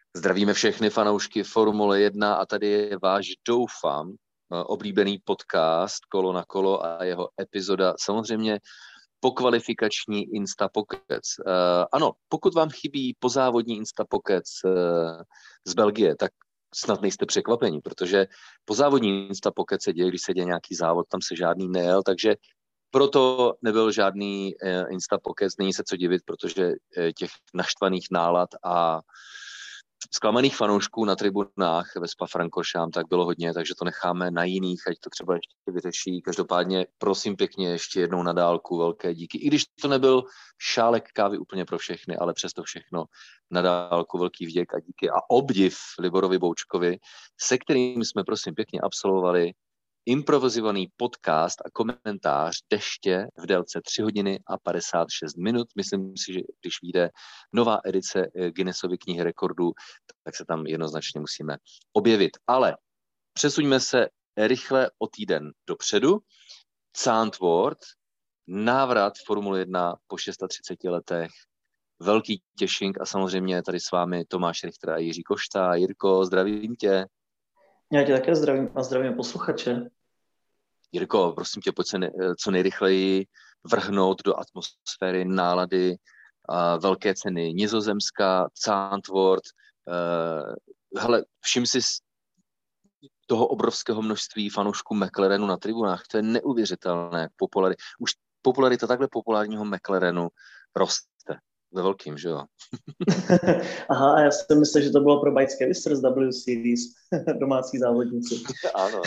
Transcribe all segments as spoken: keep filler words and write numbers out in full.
Zdravíme všechny fanoušky Formule jedna a tady je váš, doufám, oblíbený podcast Kolo na kolo a jeho epizoda samozřejmě pokvalifikační Instapokec. Uh, ano, pokud vám chybí pozávodní Instapokec uh, z Belgie, tak snad nejste překvapení, protože pozávodní Instapokec se děje, když se děje nějaký závod, tam se žádný nejel, takže proto nebyl žádný uh, Instapokec, není se co divit, protože uh, těch naštvaných nálad a zklamaných fanoušků na tribunách ve Spa-Francorchamps tak bylo hodně, takže to necháme na jiných, ať to třeba ještě vyřeší. Každopádně prosím pěkně ještě jednou na dálku velké díky. I když to nebyl šálek kávy úplně pro všechny, ale přesto všechno na dálku velký vděk a díky a obdiv Liborovi Boučkovi, se kterým jsme prosím pěkně absolvovali improvizovaný podcast a komentář deště v délce tři hodiny a padesát šest minut. Myslím si, že když vyjde nová edice Guinnessovy knihy rekordů, tak se tam jednoznačně musíme objevit. Ale přesuňme se rychle o týden dopředu. Zandvoort, návrat Formule jedna po třiceti šesti letech, velký těšink a samozřejmě tady s vámi Tomáš Richter a Jiří Košta. Jirko, zdravím tě. Já tě také zdravím a zdravím posluchače. Jirko, prosím tě, pojď se ne, co nejrychleji vrhnout do atmosféry, nálady, uh, velké ceny Nizozemska, Zandvoort. Uh, hele, všim si toho obrovského množství fanoušků McLarenu na tribunách. To je neuvěřitelné, jak populari- už popularita takhle populárního McLarenu roste. Ve velkým, že jo? Aha, a já jsem myslel, že to bylo pro Bajské Vystr z W Series, domácí závodníci. Ano.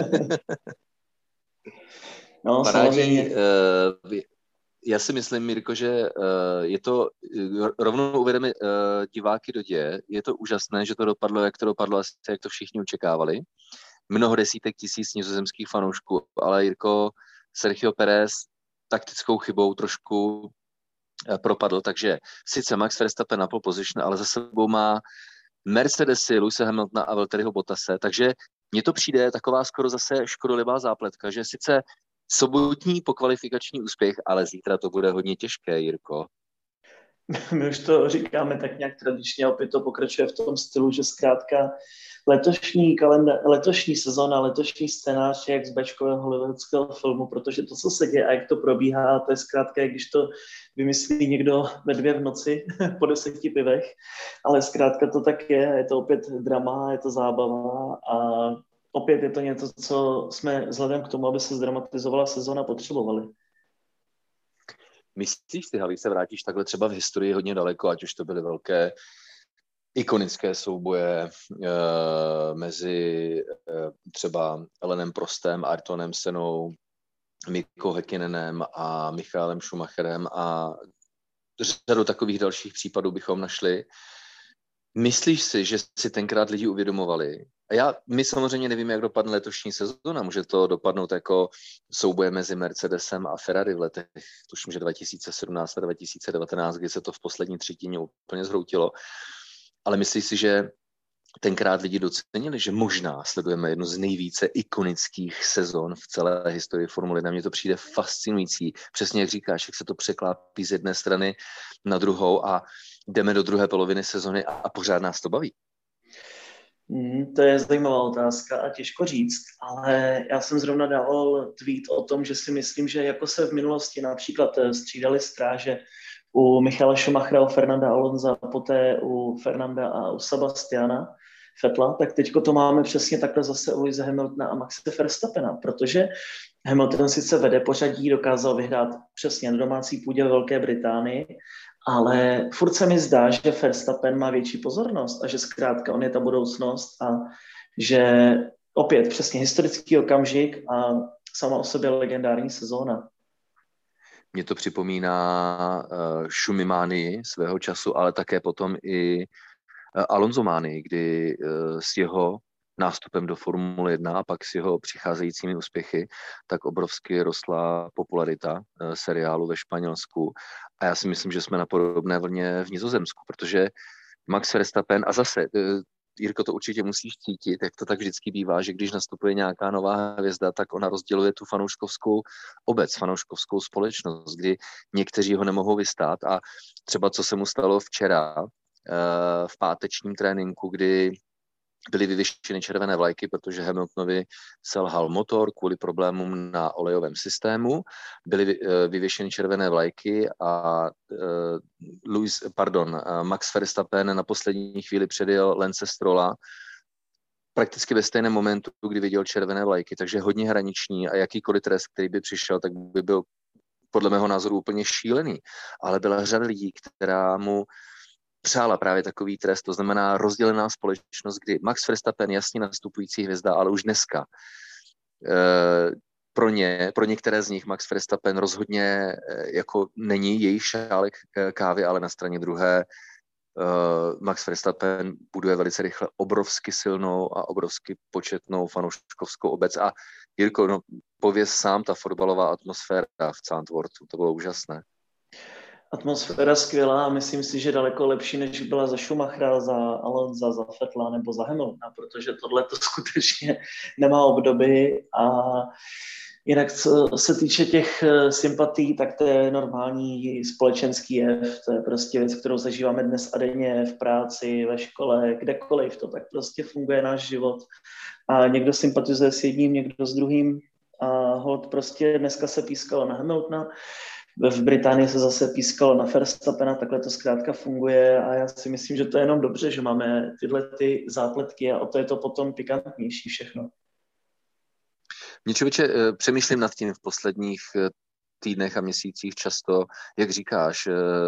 No, Parádní, samozřejmě. Uh, já si myslím, Mirko, že uh, je to, rovnou uvedeme uh, diváky do děje, je to úžasné, že to dopadlo, jak to dopadlo, asi jak to všichni očekávali. Mnoho desítek tisíc nizozemských fanoušků, ale Jirko, Sergio Pérez taktickou chybou trošku propadl, takže sice Max Verstappen na pole position, ale za sebou má Mercedesy, Lewise Hamiltona a Valtteriho Bottase, takže mně to přijde taková skoro zase škodolibá zápletka, že sice sobotní pokvalifikační úspěch, ale zítra to bude hodně těžké, Jirko. My už to říkáme tak nějak tradičně, opět to pokračuje v tom stylu, že zkrátka letošní kalenda, letošní sezóna, letošní scénář je jak z bečkového hollywoodského filmu, protože to, co se děje a jak to probíhá, to je zkrátka, jak když to vymyslí někdo ve dvě v noci po deseti pivech, ale zkrátka to tak je, je to opět drama, je to zábava a opět je to něco, co jsme vzhledem k tomu, aby se zdramatizovala sezóna, potřebovali. Myslíš si, když se vrátíš takhle třeba v historii hodně daleko, ať už to byly velké ikonické souboje e, mezi e, třeba Alanem Prostem, Ayrtonem Sennou, Mikko Häkkinenem a Michaelem Schumacherem a řadu takových dalších případů bychom našli. Myslíš si, že si tenkrát lidi uvědomovali? A já, my samozřejmě nevíme, jak dopadne letošní sezóna. Může to dopadnout jako souboje mezi Mercedesem a Ferrari v letech, tuším, že dva tisíce sedmnáct a dva tisíce devatenáct, kdy se to v poslední třetině úplně zhroutilo. Ale myslíš si, že tenkrát lidi docenili, že možná sledujeme jednu z nejvíce ikonických sezon v celé historii Formule jedna. Mně to přijde fascinující. Přesně jak říkáš, jak se to překlápí z jedné strany na druhou a jdeme do druhé poloviny sezony a pořád nás to baví. Mm, to je zajímavá otázka a těžko říct, ale já jsem zrovna dával tweet o tom, že si myslím, že jako se v minulosti například střídali stráže u Michaela Schumachera, u Fernanda Alonsa, poté u Fernanda a u Sebastiana Vettela, tak teďko to máme přesně takhle zase u Lewise Hamiltona a Maxe Verstappena, protože Hamilton sice vede pořadí, dokázal vyhrát přesně na domácí půdě ve Velké Británii, ale furt se mi zdá, že Verstappen má větší pozornost a že zkrátka on je ta budoucnost a že opět přesně historický okamžik a sama o sobě legendární sezóna. Mně to připomíná uh, Schumimánii svého času, ale také potom i uh, Alonsománii, kdy uh, s jeho nástupem do Formule jedna a pak s jeho přicházejícími úspěchy, tak obrovsky rostla popularita uh, seriálu ve Španělsku. A já si myslím, že jsme na podobné vlně v Nizozemsku, protože Max Verstappen, a zase, uh, Jirko, to určitě musíš cítit, jak to tak vždycky bývá, že když nastupuje nějaká nová hvězda, tak ona rozděluje tu fanouškovskou obec, fanouškovskou společnost, kdy někteří ho nemohou vystát a třeba co se mu stalo včera v pátečním tréninku, kdy byly vyvěšeny červené vlajky, protože Hamiltonovi selhal motor kvůli problémům na olejovém systému. Byly vyvěšeny červené vlajky a Lewis, pardon, Max Verstappen na poslední chvíli předjel Lance Strolla prakticky ve stejném momentu, kdy viděl červené vlajky, takže hodně hraniční a jakýkoliv trest, který by přišel, tak by byl podle mého názoru úplně šílený. Ale byla řada lidí, která mu přála právě takový trest, to znamená rozdělená společnost, kdy Max Verstappen jasně nastupující hvězda, ale už dneska e, pro ně, pro některé z nich Max Verstappen rozhodně e, jako není jejich šálek kávy, ale na straně druhé e, Max Verstappen buduje velice rychle obrovsky silnou a obrovsky početnou fanouškovskou obec. A Jirko, no, pověz sám, ta fotbalová atmosféra v Zandvoortu, to bylo úžasné. Atmosféra skvělá a myslím si, že daleko lepší, než byla za Schumachera, za Alonsa, za Vettela nebo za Hamiltona, protože tohle to skutečně nemá obdoby. A jinak, co se týče těch sympatí, tak to je normální společenský jev, to je prostě věc, kterou zažíváme dnes a denně v práci, ve škole, kdekoliv, to tak prostě funguje náš život. A někdo sympatizuje s jedním, někdo s druhým a holt prostě dneska se pískalo na Hamiltona, v Británii se zase pískalo na Verstappena, takhle to zkrátka funguje a já si myslím, že to je jenom dobře, že máme tyhle ty zápletky a o to je to potom pikantnější všechno. Mě člověče, přemýšlím nad tím v posledních týdnech a měsících často, jak říkáš,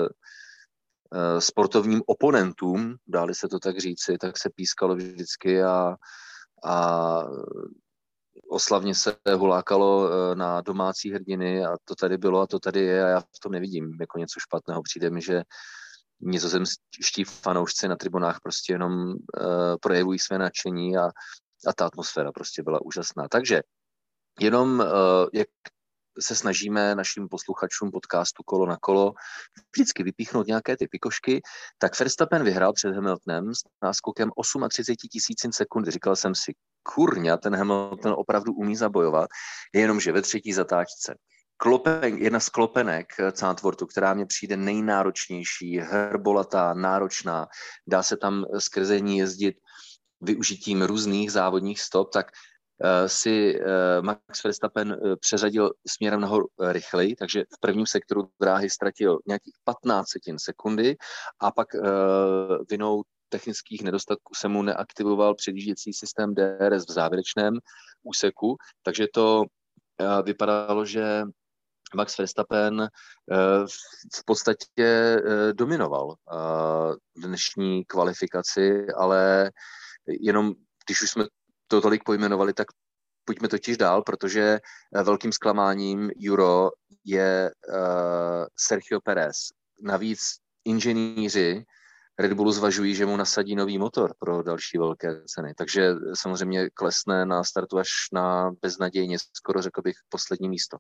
sportovním oponentům, dáli se to tak říci, tak se pískalo vždycky a, a oslavně se hulákalo na domácí hrdiny a to tady bylo a to tady je a já v tom nevidím jako něco špatného. Přijde mi, že nizozemští fanoušci na tribunách prostě jenom uh, projevují své nadšení a, a ta atmosféra prostě byla úžasná. Takže jenom, uh, jak se snažíme našim posluchačům podcastu Kolo na kolo vždycky vypíchnout nějaké ty pikošky, tak Verstappen vyhrál před Hamiltonem s náskokem třicet osm tisícin sekund. Říkal jsem si, kurňa, ten Hamilton opravdu umí zabojovat, jenomže ve třetí zatáčce. Klopen, jedna z klopenek Zandvoortu, která mě přijde nejnáročnější, hrbolatá, náročná, dá se tam skrze ní jezdit využitím různých závodních stop, tak si Max Verstappen přeřadil směrem nahoru rychleji, takže v prvním sektoru dráhy ztratil nějakých patnáct setin sekundy a pak vinou technických nedostatků se mu neaktivoval předjížděcí systém D R S v závěrečném úseku, takže to vypadalo, že Max Verstappen v podstatě dominoval dnešní kvalifikaci, ale jenom když už jsme to tolik pojmenovali, tak pojďme totiž dál, protože velkým zklamáním Euro je uh, Sergio Pérez. Navíc inženýři Red Bullu zvažují, že mu nasadí nový motor pro další velké ceny. Takže samozřejmě klesne na startu až na beznadějně, skoro řekl bych, poslední místo.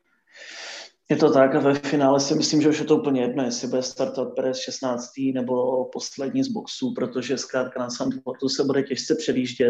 Je to tak a ve finále si myslím, že už je to úplně jedno, jestli bude startovat Pérez šestnáctý nebo poslední z boxů, protože zkrátka na Zandvoortu se bude těžce předjíždět.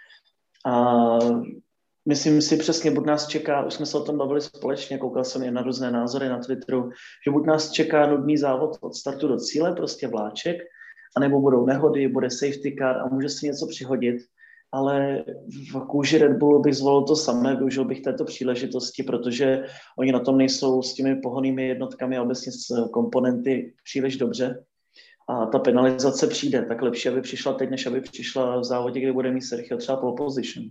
A myslím si přesně, buď nás čeká, už jsme se o tom bavili společně, koukal jsem jen na různé názory na Twitteru, že buď nás čeká nudný závod od startu do cíle, prostě vláček, anebo budou nehody, bude safety car a může se něco přihodit, ale v kůži Red Bullu bych zvolil to samé, využil bych této příležitosti, protože oni na tom nejsou s těmi pohonnými jednotkami a obecně s komponenty příliš dobře. A ta penalizace přijde, tak lepší, aby přišla teď, než aby přišla v závodě, kde bude mít Sergio třeba pole position.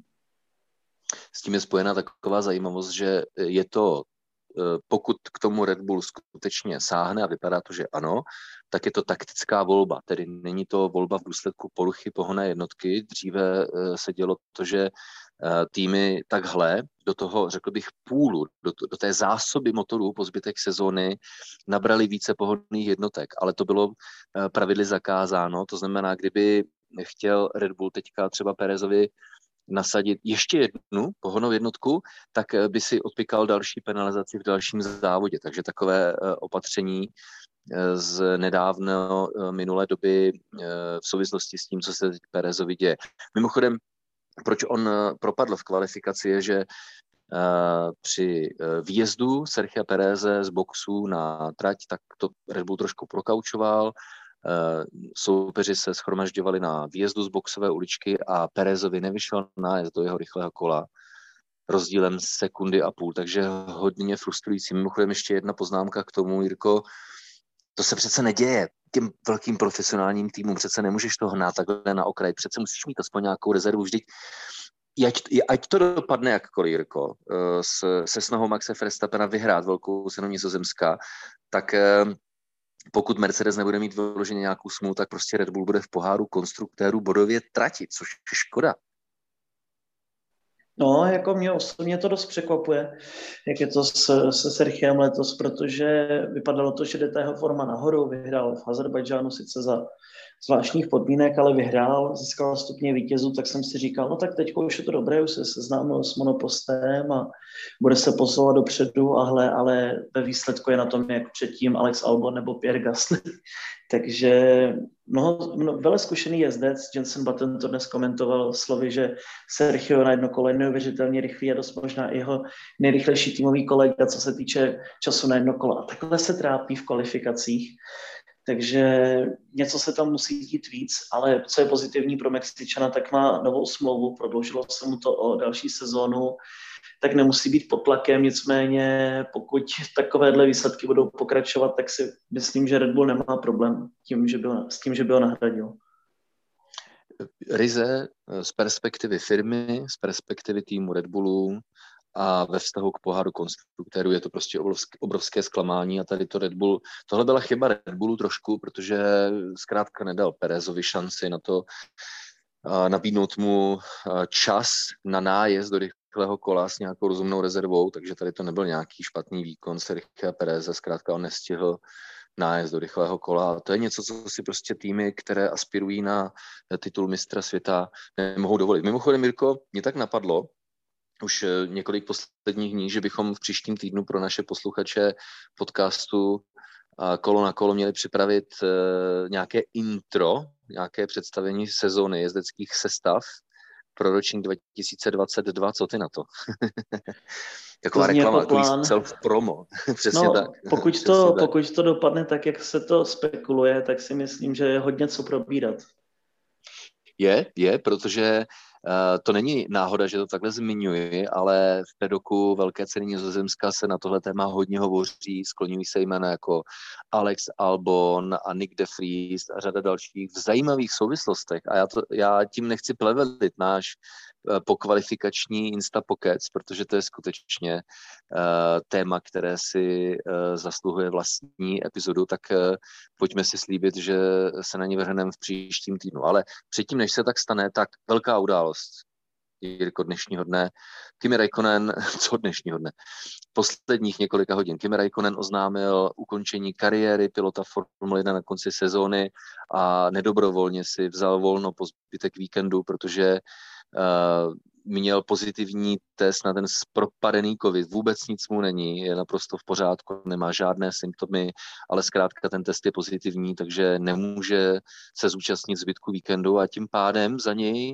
S tím je spojena taková zajímavost, že je to, pokud k tomu Red Bull skutečně sáhne a vypadá to, že ano, tak je to taktická volba, tedy není to volba v důsledku poruchy pohonné jednotky. Dříve se dělo to, že týmy takhle do toho, řekl bych, půlu, do, do té zásoby motorů po zbytek sezóny nabrali více pohonných jednotek, ale to bylo pravidly zakázáno, to znamená, kdyby chtěl Red Bull teďka třeba Pérezovi nasadit ještě jednu pohonnou jednotku, tak by si odpikal další penalizaci v dalším závodě. Takže takové opatření z nedávno minulé doby v souvislosti s tím, co se teď Pérezovi děje. Mimochodem, proč on propadl v kvalifikaci, je, že při výjezdu Sergia Péreze z boxu na trať, tak to Red Bull trošku prokaučoval soupeři se shromažďovali na výjezdu z boxové uličky a Pérezovi nevyšel nájezd do jeho rychlého kola rozdílem sekundy a půl, takže hodně frustrující. Mimochodem ještě jedna poznámka k tomu, Jirko, to se přece neděje. Těm velkým profesionálním týmům přece nemůžeš to hnát takhle na okraj, přece musíš mít aspoň nějakou rezervu vždyť. Ať, ať to dopadne jakkoliv, Jirko, se, se snahou Maxe Verstappena vyhrát velkou cenu Nizozemska, tak pokud Mercedes nebude mít vyloženě nějakou smůlu, tak prostě Red Bull bude v poháru konstruktérů bodově tratit, což je škoda. No, jako mě osobně to dost překvapuje, jak je to s, se Sergiem letos, protože vypadalo to, že jde ta jeho forma nahoru, vyhrál v Azerbajdžánu sice za zvláštních podmínek, ale vyhrál, získal stupně vítězů, tak jsem si říkal, no tak teď už je to dobré, už se seznámil s monopostem a bude se posouvat dopředu, ale, ale ve výsledku je na tom jak předtím Alex Albon nebo Pierre Gasly. Takže mnoho, mnoho, vele zkušený jezdec, Jenson Button to dnes komentoval slovy, že Sergio na jedno kolo je neuvěřitelně rychlý a dost možná i jeho nejrychlejší týmový kolega, co se týče času na jedno kolo. A takhle se trápí v kvalifikacích. Takže něco se tam musí dít víc, ale co je pozitivní pro Mexičana, tak má novou smlouvu, prodloužilo se mu to o další sezónu, tak nemusí být pod tlakem, nicméně pokud takovéhle výsledky budou pokračovat, tak si myslím, že Red Bull nemá problém tím, že by ho, s tím, že by ho nahradil. Ryze z perspektivy firmy, z perspektivy týmu Red Bullu a ve vztahu k poháru konstruktérů je to prostě obrovské, obrovské zklamání a tady to Red Bull, tohle byla chyba Red Bullu trošku, protože zkrátka nedal Pérezovi šanci na to nabídnout mu čas na nájezd do rychlého kola s nějakou rozumnou rezervou, takže tady to nebyl nějaký špatný výkon Sergia Péreze, zkrátka on nestihl nájezd do rychlého kola. A to je něco, co si prostě týmy, které aspirují na titul mistra světa, nemohou dovolit. Mimochodem, Mirko, mě tak napadlo, už několik posledních dní, že bychom v příštím týdnu pro naše posluchače podcastu Kolo na kolo měli připravit nějaké intro, nějaké představení sezóny jezdeckých sestav pro ročník dva tisíce dvacet dva. Co ty na to? Taková to reklama, jako takový self-promo. Přesně no, tak. Pokud, Přesně to, tak. pokud to dopadne tak, jak se to spekuluje, tak si myslím, že je hodně co probírat. Je, je, protože uh, to není náhoda, že to takhle zmiňuji, ale v pedoku Velké ceny Nizozemska se na tohle téma hodně hovoří, skloňují se jména jako Alex Albon a Nick de Vries a řada dalších v zajímavých souvislostech. A já, to, já tím nechci plevelit náš uh, pokvalifikační Instapokec, protože to je skutečně uh, téma, které si uh, zasluhuje vlastní epizodu, tak uh, pojďme si slíbit, že se na ní vrhneme v příštím týdnu. Ale předtím, než se tak stane, tak velká událost, Jirko, dnešního dne. Kimi Räikkönen, co dnešního dne? Posledních několika hodin. Kimi Räikkönen oznámil ukončení kariéry pilota Formule jedna na konci sezóny a nedobrovolně si vzal volno po zbytek víkendu, protože uh, měl pozitivní test na ten propadený covid. Vůbec nic mu není, je naprosto v pořádku, nemá žádné symptomy, ale zkrátka ten test je pozitivní, takže nemůže se zúčastnit zbytku víkendu a tím pádem za něj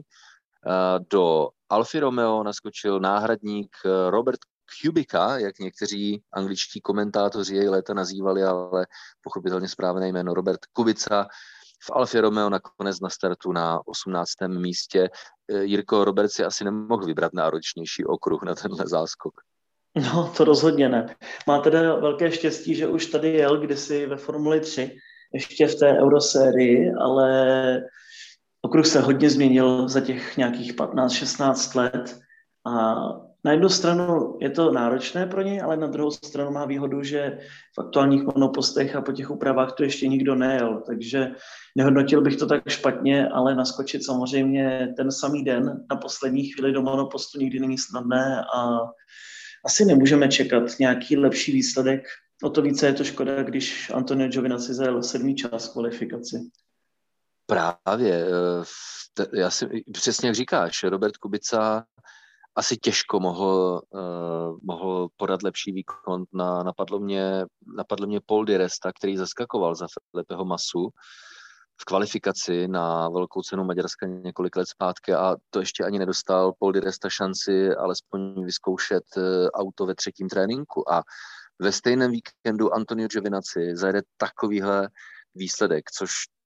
do Alfy Romeo naskočil náhradník Robert Kubica, jak někteří angličtí komentátoři jej léta nazývali, ale pochopitelně správné jméno Robert Kubica. V Alfě Romeo nakonec na startu na osmnáctém místě. Jirko, Robert si asi nemohl vybrat náročnější okruh na tenhle záskok. No, to rozhodně ne. Má teda velké štěstí, že už tady jel kdysi ve Formuli tři, ještě v té eurosérii, ale okruh se hodně změnil za těch nějakých patnáct šestnáct let a na jednu stranu je to náročné pro něj, ale na druhou stranu má výhodu, že v aktuálních monopostech a po těch úpravách to ještě nikdo nejel, takže nehodnotil bych to tak špatně, ale naskočit samozřejmě ten samý den na poslední chvíli do monopostu nikdy není snadné a asi nemůžeme čekat nějaký lepší výsledek. O to více je to škoda, když Antonio Giovinazzi zajel sedmý čas kvalifikaci. Právě, já si, přesně jak říkáš, Robert Kubica asi těžko mohl, uh, mohl podat lepší výkon. Na, napadlo, mě, napadlo mě Paul di Resta, který zaskakoval za Felipeho Massu v kvalifikaci na velkou cenu Maďarska několik let zpátky a to ještě ani nedostal Paul di Resta šanci alespoň vyzkoušet uh, auto ve třetím tréninku. A ve stejném víkendu Antonio Giovinazzi zajede takovýhle výsledek, což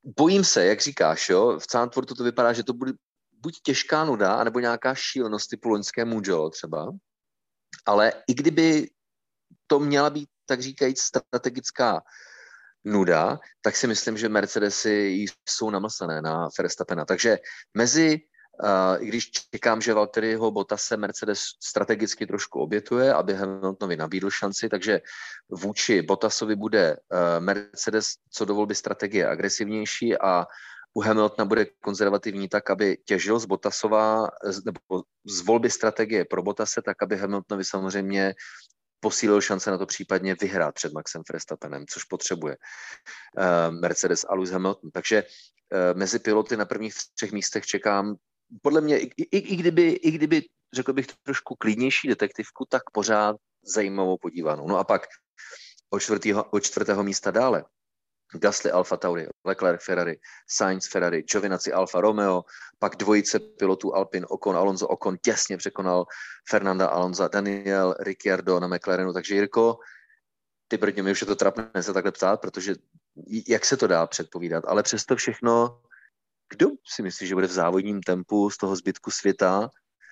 bojím se, jak říkáš, jo, v Zandvoortu to vypadá, že to bude buď těžká nuda, anebo nějaká šílenost typu loňské Mugello třeba, ale i kdyby to měla být, tak říkajíc, strategická nuda, tak si myslím, že Mercedesy jsou namlsané na Verstappena. Takže mezi, uh, i když čekám, že Valtteriho Bottase Mercedes strategicky trošku obětuje, aby Hamiltonovi nabídl šanci, takže vůči Bottasovi bude uh, Mercedes co do volby strategie agresivnější a u Hamiltona bude konzervativní tak, aby těžil z Bottasova, nebo z volby strategie pro Bottase, tak aby Hamiltonovi samozřejmě posílil šance na to případně vyhrát před Maxem Verstappenem, což potřebuje uh, Mercedes a Lewis Hamilton. Takže uh, mezi piloty na prvních třech místech čekám, podle mě, i, i, i, kdyby, i kdyby, řekl bych, trošku klidnější detektivku, tak pořád zajímavou podívanou. No a pak od čtvrtého, od čtvrtého místa dále Gasly Alfa Tauri, Leclerc Ferrari, Sainz Ferrari, Giovinazzi Alfa Romeo, pak dvojice pilotů Alpine, Ocon, Alonso, Ocon těsně překonal Fernanda Alonso, Daniel Ricciardo na McLarenu, takže Jirko, ty brdě, mi už je to trapné se takhle ptát, protože jak se to dá předpovídat, ale přesto všechno, kdo si myslí, že bude v závodním tempu z toho zbytku světa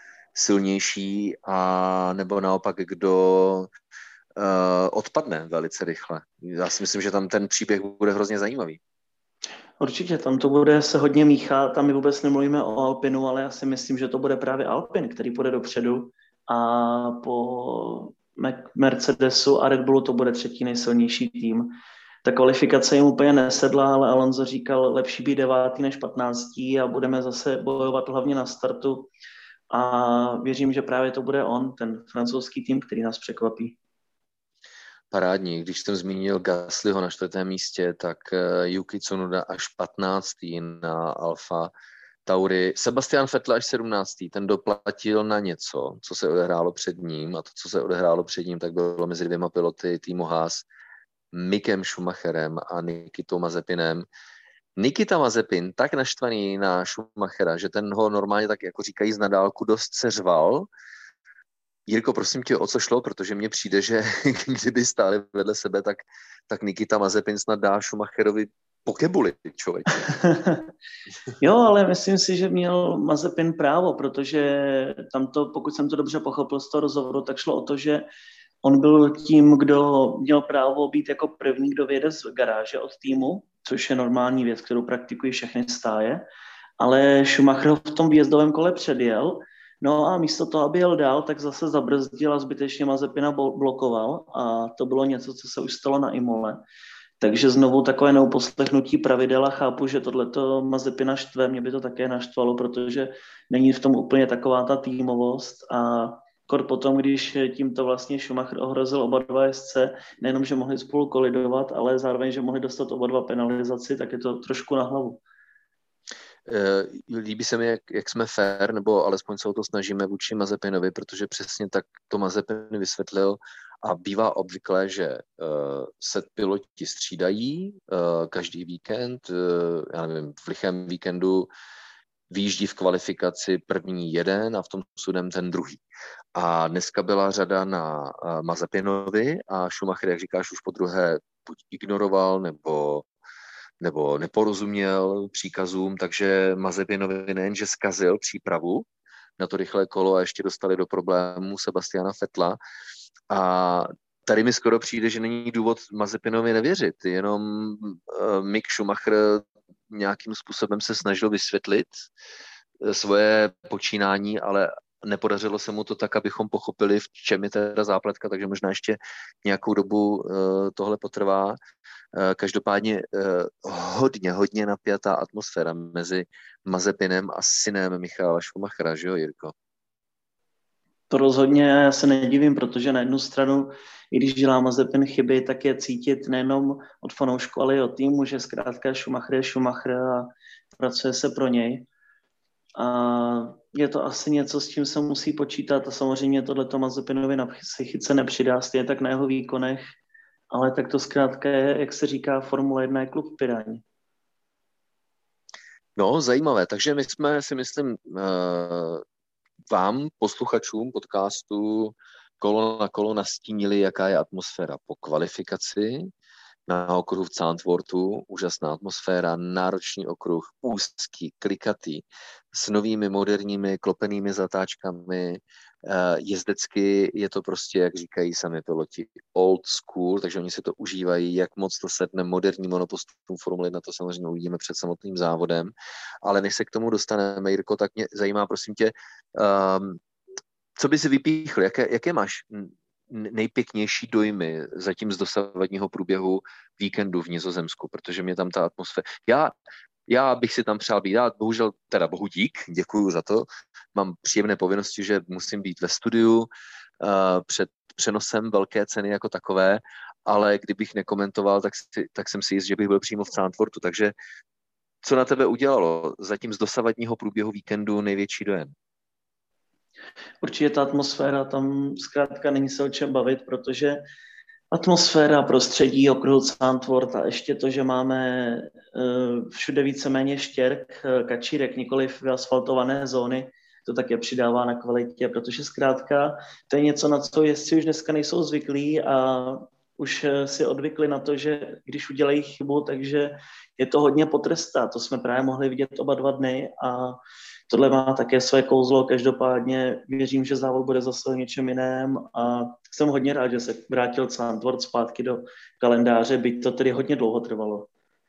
silnější a nebo naopak kdo Uh, odpadne velice rychle. Já si myslím, že tam ten příběh bude hrozně zajímavý. Určitě, tam to bude se hodně míchat, tam my vůbec nemluvíme o Alpinu, ale já si myslím, že to bude právě Alpin, který půjde dopředu a po Mercedesu a Red Bullu to bude třetí nejsilnější tým. Ta kvalifikace jim úplně nesedla, ale Alonso říkal, lepší být devátý než patnáctý a budeme zase bojovat hlavně na startu a věřím, že právě to bude on, ten francouzský tým, který nás překvapí. Parádní. Když jsem zmínil Gaslyho na čtvrtém místě, tak Yuki Tsunoda až patnáctý na Alfa Tauri. Sebastian Vettel až sedmnáctý Ten doplatil na něco, co se odehrálo před ním a to, co se odehrálo před ním, tak bylo mezi dvěma piloty týmu Haas, Mickem Schumacherem a Nikitou Mazepinem. Nikita Mazepin tak naštvaný na Schumachera, že ten ho normálně tak, jako říkají, z nadálku dost seřval. Jirko, prosím tě, o co šlo, protože mně přijde, že kdyby stáli vedle sebe, tak, tak Nikita Mazepin snad dá Schumacherovi pokebuli, člověk. Jo, ale myslím si, že měl Mazepin právo, protože tam to, pokud jsem to dobře pochopil z toho rozhovoru, tak šlo o to, že on byl tím, kdo měl právo být jako první, kdo vyjede z garáže od týmu, což je normální věc, kterou praktikují všechny stáje, ale Schumacher v tom výjezdovém kole předjel. No a místo toho, aby jel dál, tak zase zabrzdil a zbytečně Mazepina blokoval a to bylo něco, co se už stalo na Imole. Takže znovu takové neuposlechnutí pravidel a chápu, že tohleto Mazepina štve, mě by to také naštvalo, protože není v tom úplně taková ta týmovost a kor potom, když tímto vlastně Schumacher ohrozil oba dva jezdce, nejenom, že mohli spolu kolidovat, ale zároveň, že mohli dostat oba dva penalizaci, tak je to trošku na hlavu. Líbí se mi, jak, jak jsme fair, nebo alespoň se o to snažíme vůči Mazepinovi, protože přesně tak to Mazepin vysvětlil a bývá obvyklé, že uh, se piloti střídají uh, každý víkend, uh, já nevím, v lichém víkendu vyjíždí v kvalifikaci první jeden a v tom sudem ten druhý. A dneska byla řada na uh, Mazepinovi a Schumacher, jak říkáš, už po druhé buď ignoroval, nebo nebo neporozuměl příkazům, takže Mazepinovi nejenže zkazil přípravu na to rychlé kolo a ještě dostali do problému Sebastiana Vettela. A tady mi skoro přijde, že není důvod Mazepinovi nevěřit, jenom uh, Mick Schumacher nějakým způsobem se snažil vysvětlit svoje počínání, ale nepodařilo se mu to tak, abychom pochopili, v čem je teda zápletka, takže možná ještě nějakou dobu uh, tohle potrvá. Uh, každopádně uh, hodně, hodně napjatá atmosféra mezi Mazepinem a synem Michaela Schumachera, že jo, Jirko? To rozhodně já se nedivím, protože na jednu stranu, i když dělá Mazepin chyby, tak je cítit nejenom od fanoušku, ale i od týmu, že zkrátka Schumacher je Schumacher a pracuje se pro něj. A je to asi něco, s čím se musí počítat a samozřejmě tohleto Mazepinovi na psychice nepřidá, stejně tak na jeho výkonech, ale tak to zkrátka je, jak se říká, Formule jedna je klub v Piráni. No, zajímavé. Takže my jsme, si myslím, vám, posluchačům podcastu Kolo na kolo nastínili, jaká je atmosféra po kvalifikaci. na okruhu v Zandvoortu, úžasná atmosféra, náročný okruh, úzký, klikatý, s novými moderními klopenými zatáčkami, jezdecky je to prostě, jak říkají sami piloti, old school, takže oni si to užívají, jak moc to sedne moderní monopostům Formule jedna, to samozřejmě uvidíme před samotným závodem, ale než se k tomu dostaneme, Jirko, tak mě zajímá, prosím tě, um, co by si vypíchl, jaké, jaké máš nejpěknější dojmy zatím z dosavadního průběhu víkendu v Nizozemsku, protože mě tam ta atmosféra... Já, já bych si tam přál být, já bohužel, teda bohu dík, děkuju za to, mám příjemné povinnosti, že musím být ve studiu uh, před přenosem velké ceny jako takové, ale kdybych nekomentoval, tak, si, tak jsem si jist, že bych byl přímo v Zandvoortu, takže co na tebe udělalo zatím z dosavadního průběhu víkendu největší dojem? Určitě ta atmosféra tam zkrátka není se o čem bavit, protože atmosféra, prostředí, okruhu Zandvoort a ještě to, že máme uh, všude víceméně štěrk, uh, kačírek, nikoliv asfaltované zóny, to také přidává na kvalitě, protože zkrátka to je něco, na co jezdci už dneska nejsou zvyklí a už si odvykli na to, že když udělají chybu, takže je to hodně potrestá. To jsme právě mohli vidět oba dva dny a tohle má také své kouzlo. Každopádně věřím, že závod bude zase o něčem jiném a jsem hodně rád, že se vrátil Zandvoort zpátky do kalendáře, byť to tedy hodně dlouho trvalo.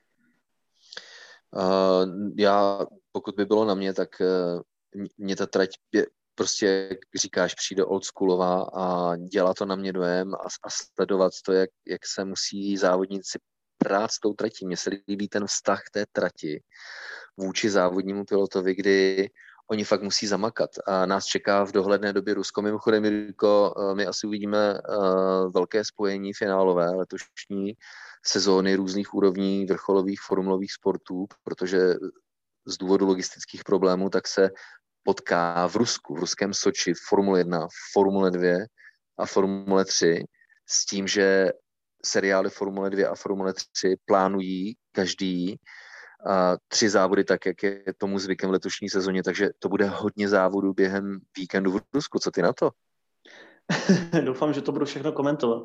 Uh, já, pokud by bylo na mě, tak uh, mě ta trať je, prostě, jak říkáš, přijde oldschoolová a dělá to na mě dojem a, a sledovat to, jak, jak se musí závodníci prát s tou tratí. Mně se líbí ten vztah té trati vůči závodnímu pilotovi, kdy oni fakt musí zamakat. A nás čeká v dohledné době Rusko. Mimochodem, Jirko, my asi uvidíme uh, velké spojení finálové letošní sezóny různých úrovní vrcholových formulových sportů, protože z důvodu logistických problémů tak se potká v Rusku, v ruském Soči, Formule jedna, Formule dvě a Formule tři s tím, že seriály Formule dvě a Formule tři plánují každý a tři závody tak, jak je tomu zvykem v letošní sezóně, takže to bude hodně závodů během víkendu v Rusku. Co ty na to? Doufám, že to budu všechno komentovat.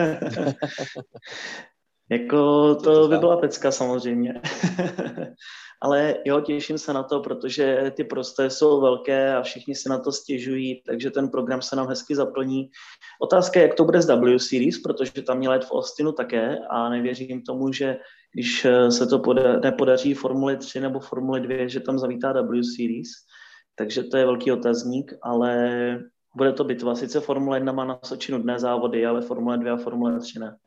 Jako to by byla pecka samozřejmě. Ale jo, těším se na to, protože ty prostory jsou velké a všichni se na to stěžují, takže ten program se nám hezky zaplní. Otázka je, jak to bude s W Series, protože tam měla jet v Austinu také a nevěřím tomu, že když se to poda- nepodaří Formule tři nebo Formule dvě, že tam zavítá W Series. Takže to je velký otazník, ale bude to bitva. Sice Formule jedna má na Soči nudné závody, ale Formule dvě a Formule tři ne.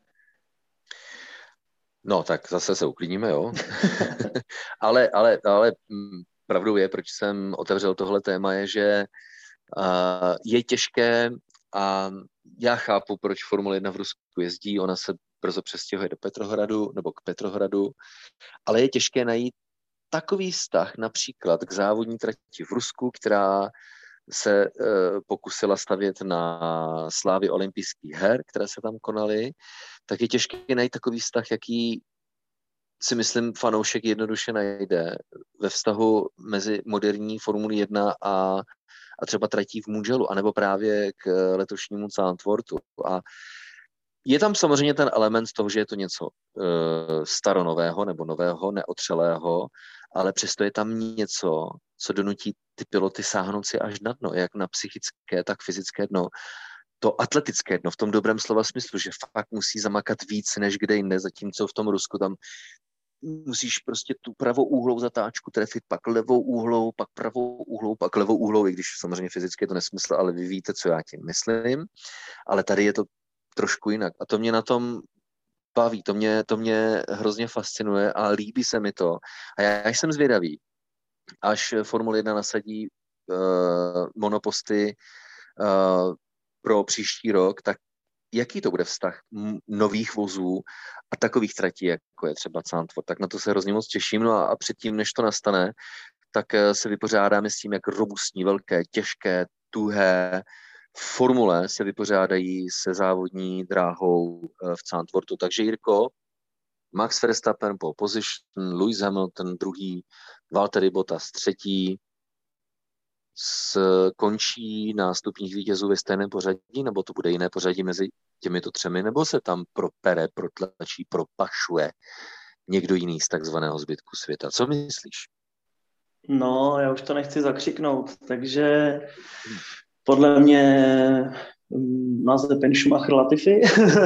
No, tak zase se uklidníme, jo. ale, ale, ale pravdou je, proč jsem otevřel tohle téma, je, že uh, je těžké a já chápu, proč Formule jedna v Rusku jezdí, ona se brzo přestěhuje do Petrohradu nebo k Petrohradu, ale je těžké najít takový vztah například k závodní trati v Rusku, která se uh, pokusila stavět na slávě olympijských her, které se tam konaly, tak je těžké najít takový vztah, jaký si myslím fanoušek jednoduše najde ve vztahu mezi moderní Formuli jedna a, a třeba tratí v Mugellu, anebo právě k letošnímu Zandvoortu. A je tam samozřejmě ten element toho, že je to něco uh, staronového nebo nového, neotřelého, ale přesto je tam něco, co donutí ty piloty sáhnout si až na dno, jak na psychické, tak fyzické dno. To atletické dno v tom dobrém slova smyslu, že fakt musí zamakat víc než kde jinde, zatímco v tom Rusku tam musíš prostě tu pravou úhlou zatáčku trefit, pak levou úhlou, pak pravou úhlou, pak levou úhlou, i když samozřejmě fyzicky je to nesmysl, ale vy víte, co já tím myslím. Ale tady je to trošku jinak. A to mě na tom baví, to mě, to mě hrozně fascinuje a líbí se mi to. A já jsem zvědavý, až Formule jedna nasadí uh, monoposty uh, pro příští rok, tak jaký to bude vztah nových vozů a takových tratí, jako je třeba Zandvoort. Tak na to se hrozně moc těším. No a, a předtím, než to nastane, tak se vypořádáme s tím, jak robustní, velké, těžké, tuhé formule se vypořádají se závodní dráhou v Zandvoortu. Takže Jirko, Max Verstappen po position, Lewis Hamilton druhý, Valtteri Bottas třetí. skončí na stupních vítězů ve stejném pořadí, nebo to bude jiné pořadí mezi těmito třemi, nebo se tam propere, protlačí, propašuje někdo jiný z takzvaného zbytku světa? Co myslíš? No, já už to nechci zakřiknout, takže podle mě název Ben Schumacher Latifi.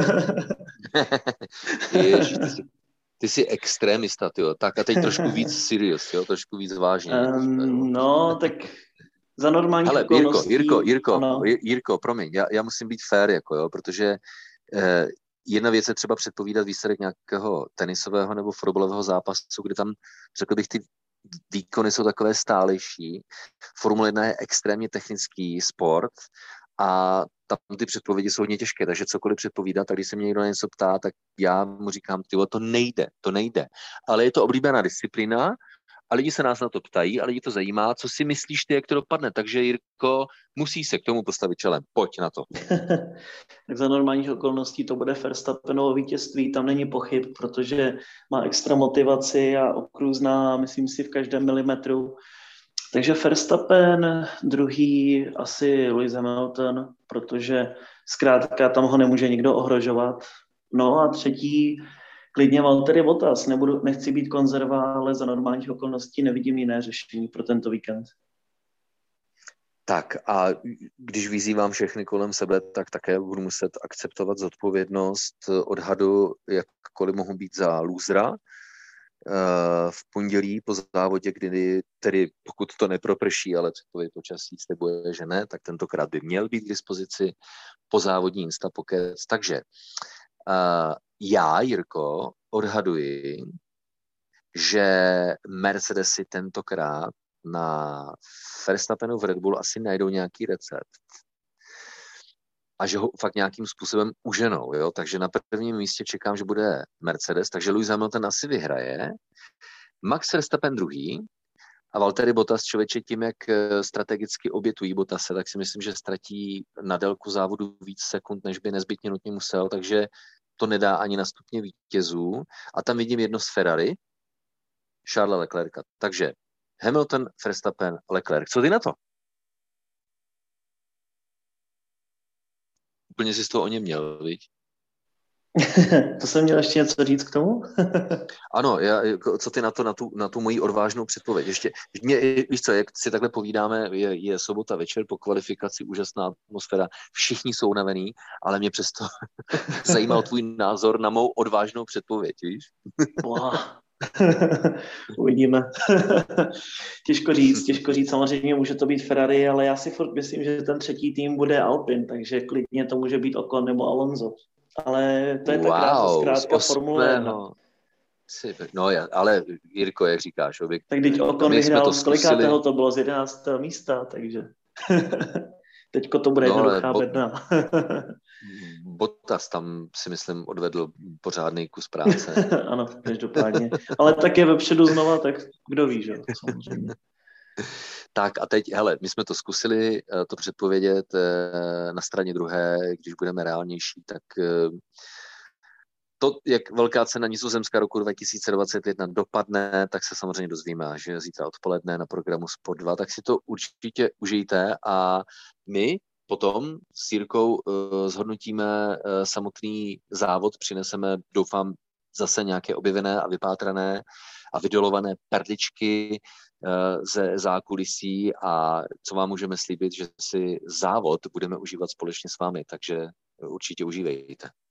Ježiš, ty, jsi, ty jsi extrémista, tyjo. Tak a teď trošku víc serious, jo? Trošku víc vážně. Um, no, tak za normální Hele, okolností... Jirko, Jirko, Jirko, ano. Jirko, promiň, já, já musím být fair, jako jo, protože eh, jedna věc je třeba předpovídat výsledek nějakého tenisového nebo fotbalového zápasu, kde tam, řekl bych, ty výkony jsou takové stálejší. Formule jedna je extrémně technický sport a tam ty předpovědi jsou hodně těžké, takže cokoliv předpovídat, tak když se mě někdo na něco ptá, tak já mu říkám, tyvo, to nejde, to nejde. Ale je to oblíbená disciplína a lidi se nás na to ptají a lidi to zajímá, co si myslíš ty, jak to dopadne. Takže Jirko, musí se k tomu postavit čelem. Pojď na to. Tak za normálních okolností to bude Verstappenovo vítězství, tam není pochyb, protože má extra motivaci a okrůzná, myslím si, v každém milimetru. Takže Verstappen, druhý asi Lewis Hamilton, protože zkrátka tam ho nemůže nikdo ohrožovat. No a třetí klidně Valtteri Bottas. Nebudu, nechci být konzerva, ale za normálních okolností nevidím jiné řešení pro tento víkend. Tak a když vyzývám všechny kolem sebe, tak také budu muset akceptovat zodpovědnost odhadu, jakkoliv mohu být za lůzra. V pondělí po závodě, kdy tedy pokud to neproprší, ale předpověď počasí slibuje, že ne, tak tentokrát by měl být k dispozici po závodní Instapokec. Takže uh, já, Jirko, odhaduji, že Mercedesy tentokrát na Verstappenu v Red Bull asi najdou nějaký recept a že ho fakt nějakým způsobem uženou, jo? Takže na prvním místě čekám, že bude Mercedes, takže Lewis Hamilton asi vyhraje, Max Verstappen druhý a Valtteri Bottas, člověče, tím, jak strategicky obětují Bottase, tak si myslím, že ztratí na délku závodu víc sekund, než by nezbytně nutně musel, takže to nedá ani na stupně vítězů a tam vidím jedno z Ferrari, Charlesa Leclerca. Takže Hamilton, Verstappen, Leclerc. Co ty na to? Úplně jsi to o něm měl, viď? To jsem měl ještě něco říct k tomu? Ano, já, co ty na to, na tu, na tu moji odvážnou předpověď? Ještě, mě, víš co, jak si takhle povídáme, je, je sobota večer po kvalifikaci, úžasná atmosféra, všichni jsou unavený, ale mě přesto zajímal tvůj názor na mou odvážnou předpověď, víš? Wow. Uvidíme. Těžko říct, těžko říct, samozřejmě může to být Ferrari, ale já si furt myslím, že ten třetí tým bude Alpine, takže klidně to může být Ocon nebo Alonso. Ale to je wow, ta krása, zkrátka Formule jedna. No, ale Jirko, jak říkáš, objekt... Tak teď Ocon vyhrál, z kolikátého to bylo, z jedenáctého místa, takže teďko to bude no, jednoduchá bo... bedna. Bottas tam si myslím odvedl pořádný kus práce. Ano, každopádně. Ale tak je vepředu znova, tak kdo ví, že? Samozřejmě. Tak a teď, hele, my jsme to zkusili to předpovědět na straně druhé, když budeme reálnější, tak to, jak velká cena Nizozemská roku dva tisíce dvacet jedna dopadne, tak se samozřejmě dozvíme, že zítra odpoledne na programu Sport dva, tak si to určitě užijte a my potom s Jirkou uh, zhodnotíme uh, samotný závod, přineseme, doufám, zase nějaké objevené a vypátrané a vydolované perličky uh, ze zákulisí a co vám můžeme slíbit, že si závod budeme užívat společně s vámi, takže určitě užívejte.